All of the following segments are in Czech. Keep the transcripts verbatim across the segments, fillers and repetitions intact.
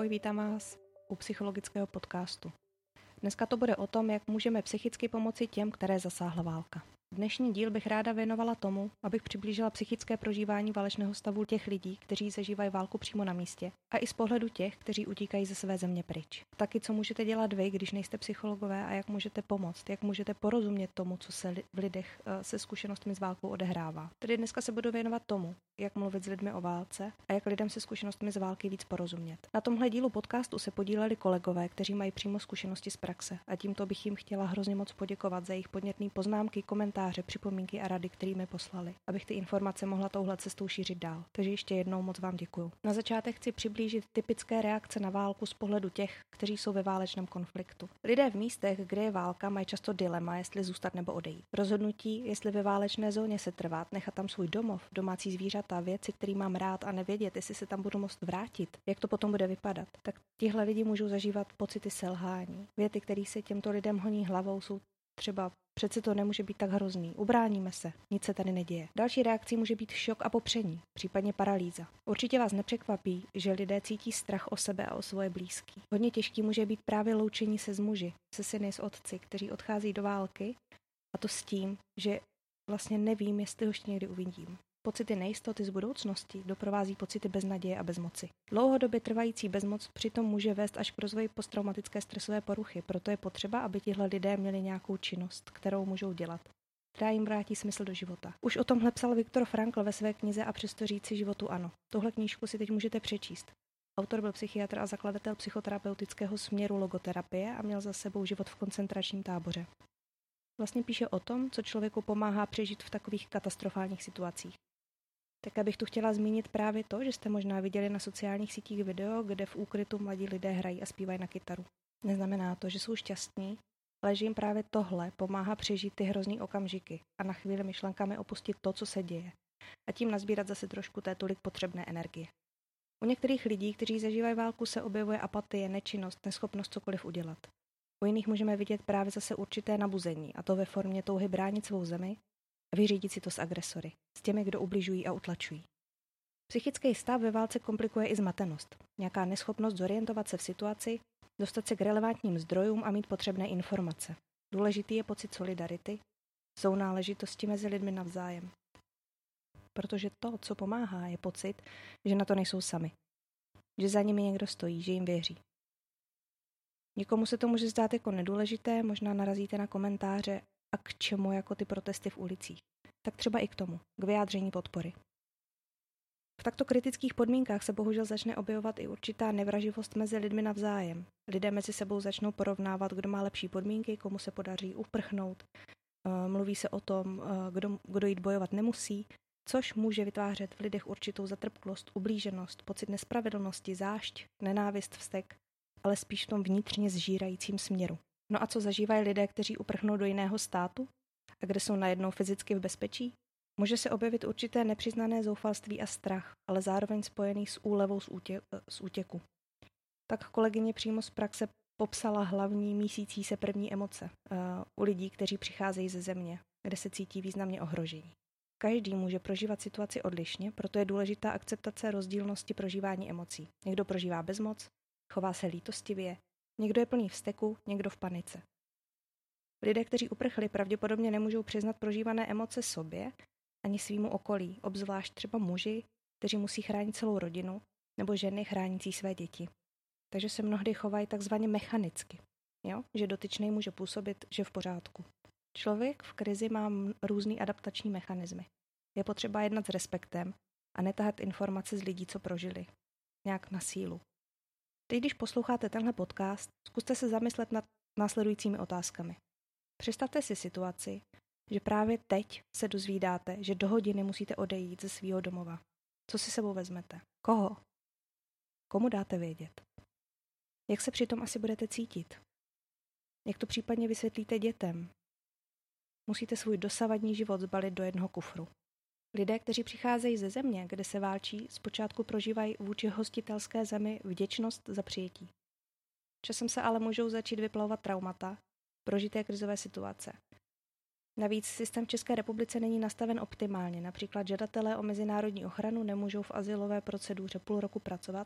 Ahoj, vítám vás u psychologického podcastu. Dneska to bude o tom, jak můžeme psychicky pomoci těm, které zasáhla válka. Dnešní díl bych ráda věnovala tomu, abych přiblížila psychické prožívání válečného stavu těch lidí, kteří zažívají válku přímo na místě, a i z pohledu těch, kteří utíkají ze své země pryč. Taky, co můžete dělat vy, když nejste psychologové, a jak můžete pomoct, jak můžete porozumět tomu, co se v lidech se zkušenostmi s válkou odehrává. Tedy dneska se budu věnovat tomu, jak mluvit s lidmi o válce a jak lidem se zkušenostmi z války víc porozumět. Na tomhle dílu podcastu se podíleli kolegové, kteří mají přímo zkušenosti z praxe, a tímto bych jim chtěla hrozně moc poděkovat za jejich podnětné poznámky, komentáře, připomínky a rady, které mi poslali, abych ty informace mohla touhle cestou šířit dál. Takže ještě jednou moc vám děkuju. Na začátek chci přiblížit typické reakce na válku z pohledu těch, kteří jsou ve válečném konfliktu. Lidé v místech, kde je válka, mají často dilema, jestli zůstat nebo odejít. Rozhodnutí, jestli ve válečné zóně se trvat, nechat tam svůj domov, domácí zvířata, věci, který mám rád, a nevědět, jestli se tam budu moct vrátit, jak to potom bude vypadat. Tak tihle lidi můžou zažívat pocity selhání. Věty, které se těmto lidem honí hlavou, jsou třeba: přece to nemůže být tak hrozný, ubráníme se, nic se tady neděje. Další reakcí může být šok a popření, případně paralýza. Určitě vás nepřekvapí, že lidé cítí strach o sebe a o svoje blízké. Hodně těžký může být právě loučení se s muži, se syny, s otci, kteří odchází do války, a to s tím, že vlastně nevím, jestli ho ještě někdy uvidím. Pocity nejistoty z budoucnosti doprovází pocity beznaděje a bezmoci. Dlouhodobě trvající bezmoc přitom může vést až k rozvoji posttraumatické stresové poruchy, proto je potřeba, aby tihle lidé měli nějakou činnost, kterou můžou dělat, která jim vrátí smysl do života. Už o tomhle psal Viktor Frankl ve své knize A přesto říci životu ano. Tuhle knížku si teď můžete přečíst. Autor byl psychiatr a zakladatel psychoterapeutického směru logoterapie a měl za sebou život v koncentračním táboře. Vlastně píše o tom, co člověku pomáhá přežít v takových katastrofálních situacích. Tak bych tu chtěla zmínit právě to, že jste možná viděli na sociálních sítích video, kde v úkrytu mladí lidé hrají a zpívají na kytaru. Neznamená to, že jsou šťastní, ale že jim právě tohle pomáhá přežít ty hrozný okamžiky a na chvíli myšlenkami opustit to, co se děje, a tím nazbírat zase trošku té tolik potřebné energie. U některých lidí, kteří zažívají válku, se objevuje apatie, nečinnost, neschopnost cokoliv udělat. U jiných můžeme vidět právě zase určité nabuzení, a to ve formě touhy bránit svou zemi a vyřídit si to s agresory, s těmi, kdo ubližují a utlačují. Psychický stav ve válce komplikuje i zmatenost, nějaká neschopnost zorientovat se v situaci, dostat se k relevantním zdrojům a mít potřebné informace. Důležitý je pocit solidarity, sounáležitosti mezi lidmi navzájem. Protože to, co pomáhá, je pocit, že na to nejsou sami, že za nimi někdo stojí, že jim věří. Někomu se to může zdát jako nedůležité, možná narazíte na komentáře: a k čemu jako ty protesty v ulicích? Tak třeba i k tomu, k vyjádření podpory. V takto kritických podmínkách se bohužel začne objevovat i určitá nevraživost mezi lidmi navzájem. Lidé mezi sebou začnou porovnávat, kdo má lepší podmínky, komu se podaří uprchnout. Mluví se o tom, kdo, kdo jít bojovat nemusí, což může vytvářet v lidech určitou zatrpklost, ublíženost, pocit nespravedlnosti, zášť, nenávist, vztek, ale spíš v tom vnitřně zžírajícím směru. No a co zažívají lidé, kteří uprchnou do jiného státu a kde jsou najednou fyzicky v bezpečí? Může se objevit určité nepřiznané zoufalství a strach, ale zároveň spojený s úlevou z, útě- z útěku. Tak kolegyně přímo z praxe popsala hlavní mísící se první emoce uh, u lidí, kteří přicházejí ze země, kde se cítí významně ohrožení. Každý může prožívat situaci odlišně, proto je důležitá akceptace rozdílnosti prožívání emocí. Někdo prožívá bezmoc, chová se lítostivě, někdo je plný vzteku, někdo v panice. Lidé, kteří uprchli, pravděpodobně nemůžou přiznat prožívané emoce sobě ani svýmu okolí, obzvlášť třeba muži, kteří musí chránit celou rodinu, nebo ženy chránící své děti. Takže se mnohdy chovají takzvaně mechanicky, jo? Že dotyčný může působit, že v pořádku. Člověk v krizi má různý adaptační mechanismy. Je potřeba jednat s respektem a netahat informace z lidí, co prožili. Nějak na sílu. Teď, když posloucháte tenhle podcast, zkuste se zamyslet nad následujícími otázkami. Představte si situaci, že právě teď se dozvídáte, že do hodiny musíte odejít ze svého domova. Co si sebou vezmete? Koho? Komu dáte vědět? Jak se přitom asi budete cítit? Jak to případně vysvětlíte dětem? Musíte svůj dosavadní život zbalit do jednoho kufru. Lidé, kteří přicházejí ze země, kde se válčí, zpočátku prožívají vůči hostitelské zemi vděčnost za přijetí. Časem se ale můžou začít vyplavovat traumata, prožité krizové situace. Navíc systém v České republice není nastaven optimálně. Například žadatelé o mezinárodní ochranu nemůžou v azylové proceduře půl roku pracovat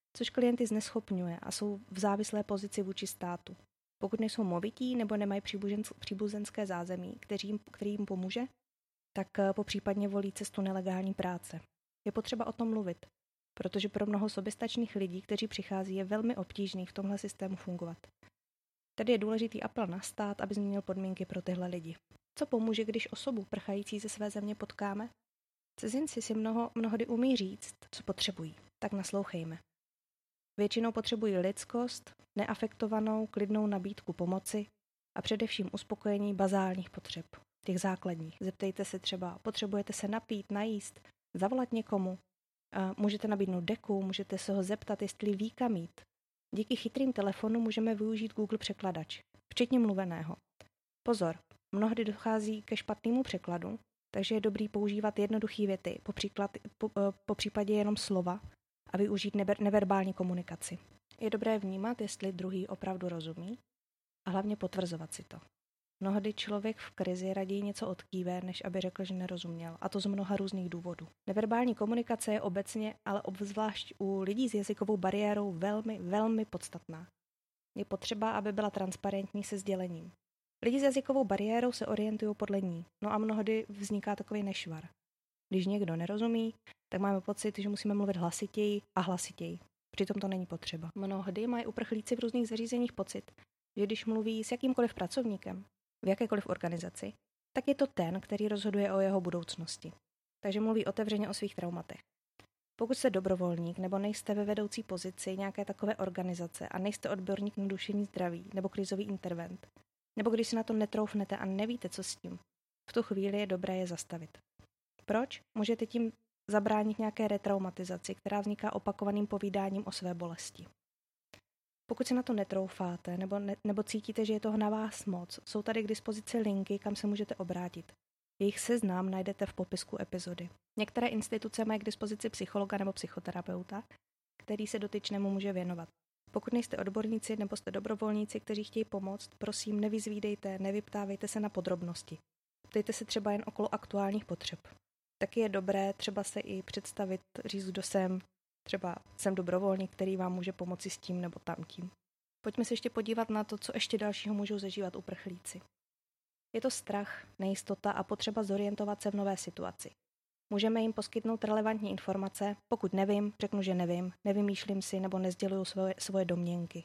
což klienty zneschopňuje a jsou v závislé pozici vůči státu. Pokud nejsou movití nebo nemají příbuzenské zázemí, který, který jim pomůže, tak popřípadně volí cestu nelegální práce. Je potřeba o tom mluvit, protože pro mnoho soběstačných lidí, kteří přichází, je velmi obtížný v tomhle systému fungovat. Tady je důležitý apel na stát, aby změnil podmínky pro tyhle lidi. Co pomůže, když osobu prchající ze své země potkáme? Cizinci si mnoho, mnohdy umí říct, co potřebují, tak naslouchejme. Většinou potřebují lidskost, neafektovanou, klidnou nabídku pomoci a především uspokojení bazálních potřeb, těch základních. Zeptejte se třeba, potřebujete se napít, najíst, zavolat někomu, a můžete nabídnout deku, můžete se ho zeptat, jestli ví kam jít. Díky chytrým telefonům můžeme využít Google překladač, včetně mluveného. Pozor, mnohdy dochází ke špatnému překladu, takže je dobrý používat jednoduché věty, po, příklad, po, po případě jenom slova a využít neber, neverbální komunikaci. Je dobré vnímat, jestli druhý opravdu rozumí a hlavně potvrzovat si to. Mnohdy člověk v krizi raději něco odkýve, než aby řekl, že nerozuměl, a to z mnoha různých důvodů. Neverbální komunikace je obecně, ale obzvlášť u lidí s jazykovou bariérou velmi, velmi podstatná. Je potřeba, aby byla transparentní se sdělením. Lidi s jazykovou bariérou se orientují podle ní, no a mnohdy vzniká takový nešvar. Když někdo nerozumí, tak máme pocit, že musíme mluvit hlasitěji a hlasitěji. Přitom to není potřeba. Mnohdy mají uprchlíci v různých zařízeních pocit, že když mluví s jakýmkoliv pracovníkem, v jakékoliv organizaci, tak je to ten, který rozhoduje o jeho budoucnosti. Takže mluví otevřeně o svých traumatech. Pokud jste dobrovolník nebo nejste ve vedoucí pozici nějaké takové organizace a nejste odborník na duševní zdraví nebo krizový intervent, nebo když si na to netroufnete a nevíte, co s tím, v tu chvíli je dobré je zastavit. Proč? Můžete tím zabránit nějaké retraumatizaci, která vzniká opakovaným povídáním o své bolesti. Pokud se na to netroufáte nebo, ne, nebo cítíte, že je toho na vás moc, jsou tady k dispozici linky, kam se můžete obrátit. Jejich seznam najdete v popisku epizody. Některé instituce mají k dispozici psychologa nebo psychoterapeuta, který se dotyčnému může věnovat. Pokud nejste odborníci nebo jste dobrovolníci, kteří chtějí pomoct, prosím, nevyzvídejte, nevyptávejte se na podrobnosti. Ptejte se třeba jen okolo aktuálních potřeb. Taky je dobré třeba se i představit, říct, kdo jsem, třeba jsem dobrovolník, který vám může pomoci s tím nebo tamtím. Pojďme se ještě podívat na to, co ještě dalšího můžou zažívat uprchlíci. Je to strach, nejistota a potřeba zorientovat se v nové situaci. Můžeme jim poskytnout relevantní informace, pokud nevím, řeknu, že nevím, nevymýšlím si nebo nezděluju svoje, svoje domněnky.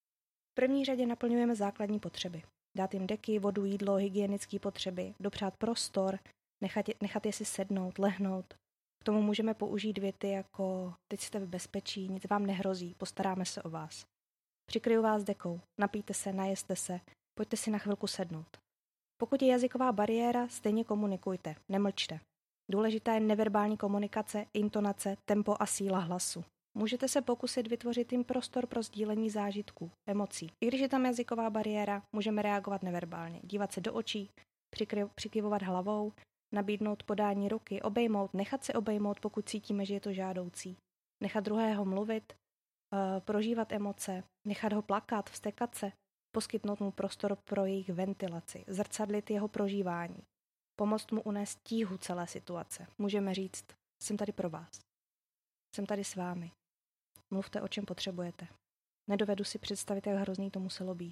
V první řadě naplňujeme základní potřeby. Dát jim deky, vodu, jídlo, hygienické potřeby, dopřát prostor, nechat je, nechat je si sednout, lehnout. K tomu můžeme použít věty jako teď jste v bezpečí, nic vám nehrozí, postaráme se o vás. Přikryju vás dekou, napijte se, najeste se, pojďte si na chvilku sednout. Pokud je jazyková bariéra, stejně komunikujte, nemlčte. Důležitá je neverbální komunikace, intonace, tempo a síla hlasu. Můžete se pokusit vytvořit jim prostor pro sdílení zážitků, emocí. I když je tam jazyková bariéra, můžeme reagovat neverbálně, dívat se do očí, přikry- přikyvovat hlavou, nabídnout podání ruky, obejmout, nechat se obejmout, pokud cítíme, že je to žádoucí. Nechat druhého mluvit, uh, prožívat emoce, nechat ho plakat, vztekat se, poskytnout mu prostor pro jejich ventilaci, zrcadlit jeho prožívání, pomoct mu unést tíhu celé situace. Můžeme říct, jsem tady pro vás. Jsem tady s vámi. Mluvte, o čem potřebujete. Nedovedu si představit, jak hrozný to muselo být.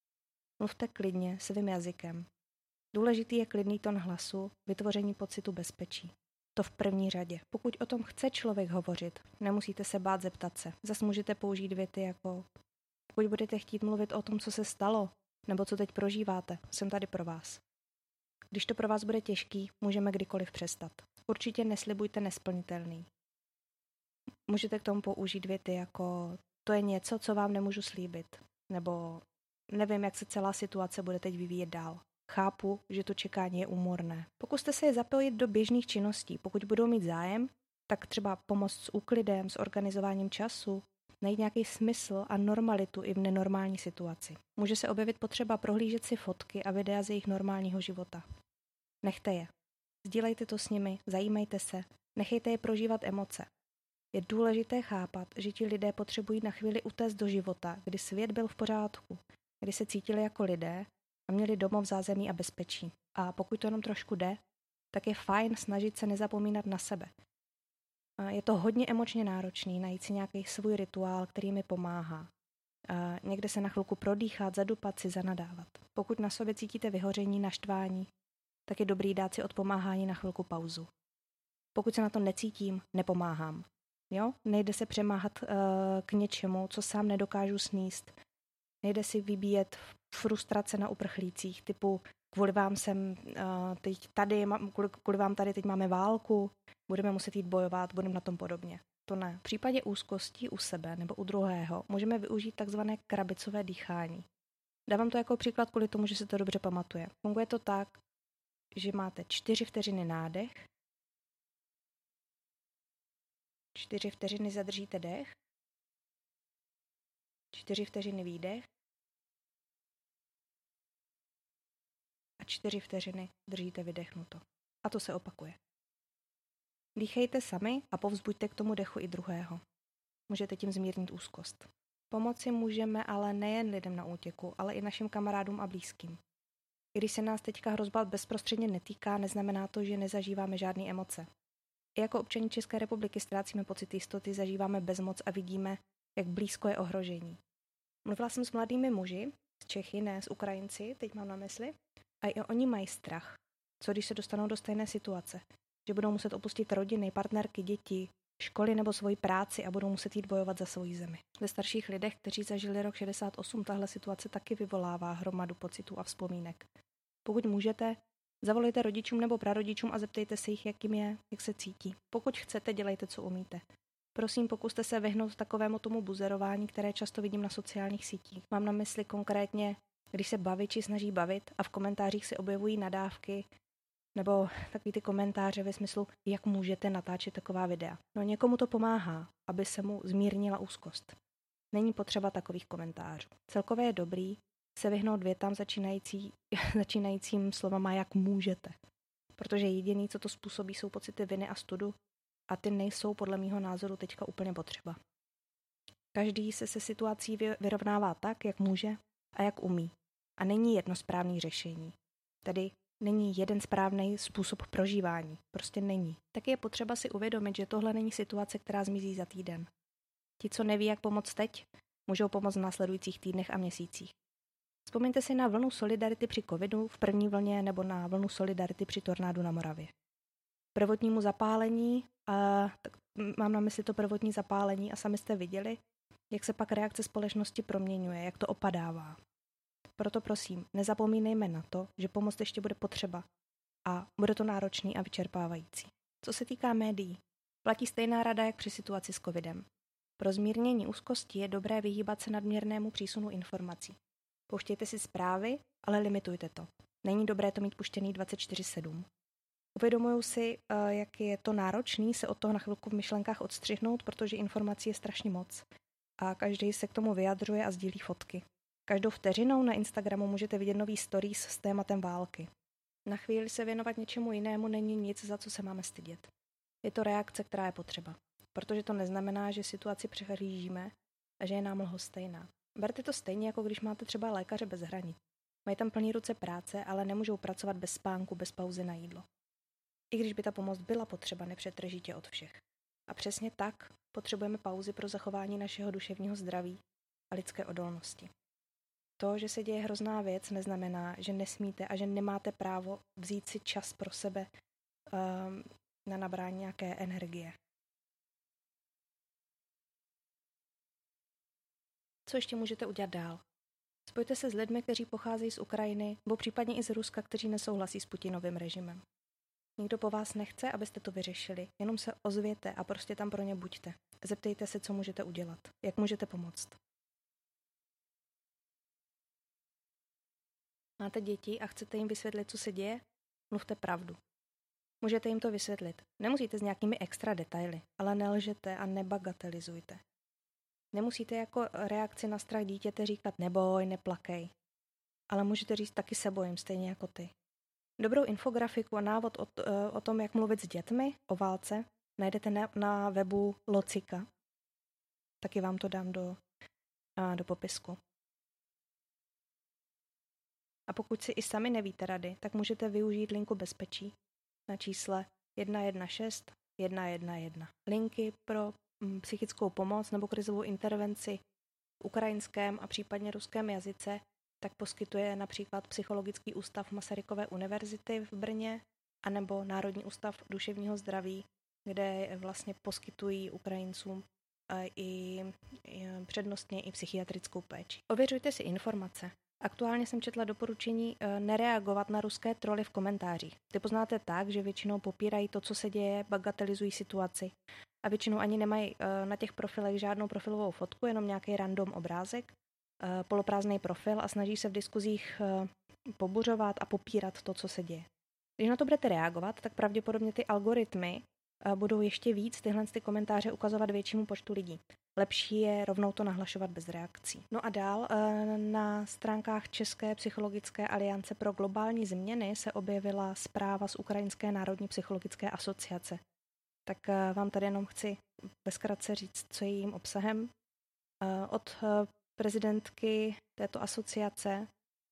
Mluvte klidně, svým jazykem. Důležitý je klidný tón hlasu, vytvoření pocitu bezpečí. To v první řadě. Pokud o tom chce člověk hovořit, nemusíte se bát zeptat se. Zas můžete použít věty jako pokud budete chtít mluvit o tom, co se stalo, nebo co teď prožíváte, jsem tady pro vás. Když to pro vás bude těžký, můžeme kdykoliv přestat. Určitě neslibujte nesplnitelný. Můžete k tomu použít věty jako to je něco, co vám nemůžu slíbit, nebo nevím, jak se celá situace bude teď vyvíjet dál. Chápu, že to čekání je úmorné. Pokuste se je zapojit do běžných činností. Pokud budou mít zájem, tak třeba pomoct s úklidem, s organizováním času, najít nějaký smysl a normalitu i v nenormální situaci. Může se objevit potřeba prohlížet si fotky a videa z jejich normálního života. Nechte je. Sdílejte to s nimi, zajímejte se, nechejte je prožívat emoce. Je důležité chápat, že ti lidé potřebují na chvíli utéct do života, kdy svět byl v pořádku, kdy se cítili jako lidé a měli domov, zázemí a bezpečí. A pokud to jenom trošku jde, tak je fajn snažit se nezapomínat na sebe. Je to hodně emočně náročný najít si nějaký svůj rituál, který mi pomáhá. Někde se na chvilku prodýchat, zadupat si, zanadávat. Pokud na sobě cítíte vyhoření, naštvání, tak je dobrý dát si od pomáhání na chvilku pauzu. Pokud se na to necítím, nepomáhám. Jo? Nejde se přemáhat uh, k něčemu, co sám nedokážu sníst. Nejde si vybíjet frustrace na uprchlících, typu kvůli vám jsem uh, teď tady, kvůli, kvůli vám tady teď máme válku, budeme muset jít bojovat, budeme na tom podobně. To ne. V případě úzkostí u sebe nebo u druhého můžeme využít takzvané krabicové dýchání. Dávám to jako příklad kvůli tomu, že se to dobře pamatuje. Funguje to tak, že máte čtyři vteřiny nádech, čtyři vteřiny zadržíte dech, čtyři vteřiny výdech a čtyři vteřiny držíte vydechnuto. A to se opakuje. Dýchejte sami a povzbuďte k tomu dechu i druhého. Můžete tím zmírnit úzkost. Pomoci můžeme ale nejen lidem na útěku, ale i našim kamarádům a blízkým. I když se nás teďka hrozba bezprostředně netýká, neznamená to, že nezažíváme žádné emoce. I jako občané České republiky ztrácíme pocit jistoty, zažíváme bezmoc a vidíme, jak blízko je ohrožení. Mluvila jsem s mladými muži, z Čechy, ne s Ukrajinci, teď mám na mysli, a i oni mají strach. Co když se dostanou do stejné situace? Že budou muset opustit rodiny, partnerky, děti, školy nebo svoji práci a budou muset jít bojovat za svoji zemi. Ve starších lidech, kteří zažili rok šedesát osm, tahle situace taky vyvolává hromadu pocitů a vzpomínek. Pokud můžete, zavolejte rodičům nebo prarodičům a zeptejte se jich, jak jim je, jak se cítí. Pokud chcete, dělejte, co umíte. Prosím, pokuste se vyhnout takovému tomu buzerování, které často vidím na sociálních sítích. Mám na mysli konkrétně, když se baviči snaží bavit a v komentářích se objevují nadávky nebo takový ty komentáře ve smyslu, jak můžete natáčet taková videa. No někomu to pomáhá, aby se mu zmírnila úzkost. Není potřeba takových komentářů. Celkově je dobrý se vyhnout větám začínající, začínajícím slovama jak můžete. Protože jediný, co to způsobí, jsou pocity viny a studu a ty nejsou podle mýho názoru teďka úplně potřeba. Každý se se situací vyrovnává tak, jak může a jak umí. A není jedno správné řešení. Tedy není jeden správný způsob prožívání. Prostě není. Taky je potřeba si uvědomit, že tohle není situace, která zmizí za týden. Ti, co neví, jak pomoct teď, můžou pomoct v následujících týdnech a měsících. Vzpomeňte si na vlnu solidarity při covidu v první vlně nebo na vlnu solidarity při tornádu na Moravě. Prvotnímu zapálení, a tak mám na mysli to prvotní zapálení a sami jste viděli, jak se pak reakce společnosti proměňuje, jak to opadává. Proto prosím, nezapomínejme na to, že pomoc ještě bude potřeba a bude to náročný a vyčerpávající. Co se týká médií, platí stejná rada jak při situaci s covidem. Pro zmírnění úzkosti je dobré vyhýbat se nadměrnému přísunu informací. Pouštějte si zprávy, ale limitujte to. Není dobré to mít puštěný dvacet čtyři sedm. Uvědomuju si, jak je to náročný se od toho na chvilku v myšlenkách odstřihnout, protože informací je strašně moc. A každý se k tomu vyjadřuje a sdílí fotky. Každou vteřinou na Instagramu můžete vidět nový stories s tématem války. Na chvíli se věnovat něčemu jinému není nic, za co se máme stydět. Je to reakce, která je potřeba. Protože to neznamená, že situaci přehlížíme a že je nám lhostejná. Berte to stejně, jako když máte třeba lékaře bez hranic. Mají tam plný ruce práce, ale nemůžou pracovat bez spánku, bez pauzy na jídlo. I když by ta pomoc byla potřeba nepřetržitě od všech. A přesně tak potřebujeme pauzy pro zachování našeho duševního zdraví a lidské odolnosti. To, že se děje hrozná věc, neznamená, že nesmíte a že nemáte právo vzít si čas pro sebe um, na nabrání nějaké energie. Co ještě můžete udělat dál? Spojte se s lidmi, kteří pocházejí z Ukrajiny, nebo případně i z Ruska, kteří nesouhlasí s Putinovým režimem. Nikdo po vás nechce, abyste to vyřešili, jenom se ozvěte a prostě tam pro ně buďte. Zeptejte se, co můžete udělat, jak můžete pomoct. Máte děti a chcete jim vysvětlit, co se děje? Mluvte pravdu. Můžete jim to vysvětlit. Nemusíte s nějakými extra detaily, ale nelžete a nebagatelizujte. Nemusíte jako reakci na strach dítěte říkat neboj, neplakej. Ale můžete říct taky se bojím, stejně jako ty. Dobrou infografiku a návod o, o tom, jak mluvit s dětmi o válce, najdete na, na webu Locika. Taky vám to dám do, do popisku. A pokud si i sami nevíte rady, tak můžete využít linku bezpečí na čísle jedna jedna šest jedna jedna jedna. Linky pro mm, psychickou pomoc nebo krizovou intervenci v ukrajinském a případně ruském jazyce tak poskytuje například Psychologický ústav Masarykovy univerzity v Brně anebo Národní ústav duševního zdraví, kde vlastně poskytují Ukrajincům i přednostně i psychiatrickou péči. Ověřujte si informace. Aktuálně jsem četla doporučení nereagovat na ruské troly v komentářích. Ty poznáte tak, že většinou popírají to, co se děje, bagatelizují situaci a většinou ani nemají na těch profilech žádnou profilovou fotku, jenom nějaký random obrázek, poloprázdný profil a snaží se v diskuzích pobuřovat a popírat to, co se děje. Když na to budete reagovat, tak pravděpodobně ty algoritmy budou ještě víc tyhle ty komentáře ukazovat většímu počtu lidí. Lepší je rovnou to nahlašovat bez reakcí. No a dál na stránkách České psychologické aliance pro globální změny se objevila zpráva z Ukrajinské národní psychologické asociace. Tak vám tady jenom chci ve zkratce říct, co je jejím obsahem. Od prezidentky této asociace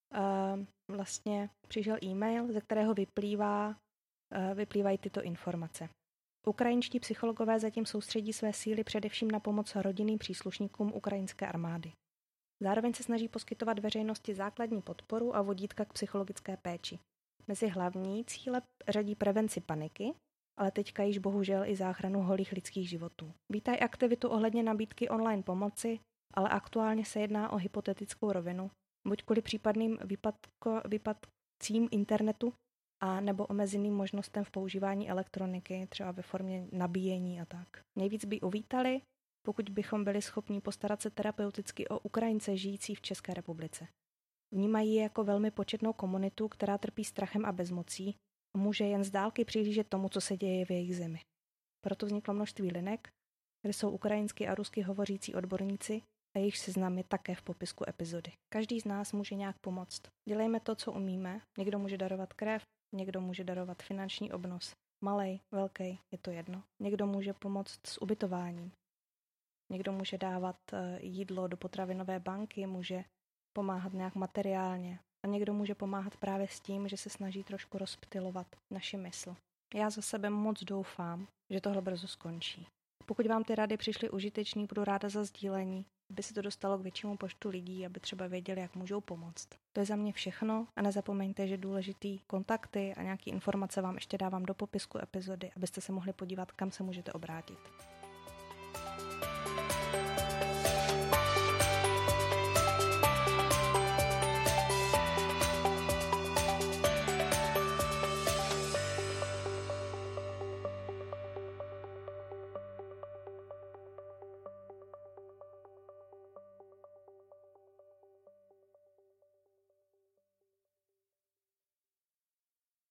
vlastně přišel e-mail, ze kterého vyplývá, vyplývají tyto informace. Ukrajinští psychologové zatím soustředí své síly především na pomoc rodinným příslušníkům ukrajinské armády. Zároveň se snaží poskytovat veřejnosti základní podporu a vodítka k psychologické péči. Mezi hlavní cíle řadí prevenci paniky, ale teďka již bohužel i záchranu holých lidských životů. Vítají aktivitu ohledně nabídky online pomoci, ale aktuálně se jedná o hypotetickou rovinu, buď kvůli případným výpadko, výpadcím internetu, a nebo omezeným možnostem v používání elektroniky, třeba ve formě nabíjení a tak. Nejvíc by uvítali, pokud bychom byli schopni postarat se terapeuticky o Ukrajince žijící v České republice. Vnímají je jako velmi početnou komunitu, která trpí strachem a bezmocí a může jen z dálky přihlížet tomu, co se děje v jejich zemi. Proto vzniklo množství linek, kde jsou ukrajinsky a rusky hovořící odborníci a jejich seznam je také v popisku epizody. Každý z nás může nějak pomoct. Dělejme to, co umíme. Někdo může darovat krev, někdo může darovat finanční obnos. Malej, velký, je to jedno. Někdo může pomoct s ubytováním. Někdo může dávat jídlo do potravinové banky, může pomáhat nějak materiálně. A někdo může pomáhat právě s tím, že se snaží trošku rozptylovat naši mysl. Já za sebe moc doufám, že tohle brzo skončí. Pokud vám ty rady přišly užitečný, budu ráda za sdílení, aby se to dostalo k většímu počtu lidí, aby třeba věděli, jak můžou pomoct. To je za mě všechno a nezapomeňte, že důležitý kontakty a nějaké informace vám ještě dávám do popisku epizody, abyste se mohli podívat, kam se můžete obrátit.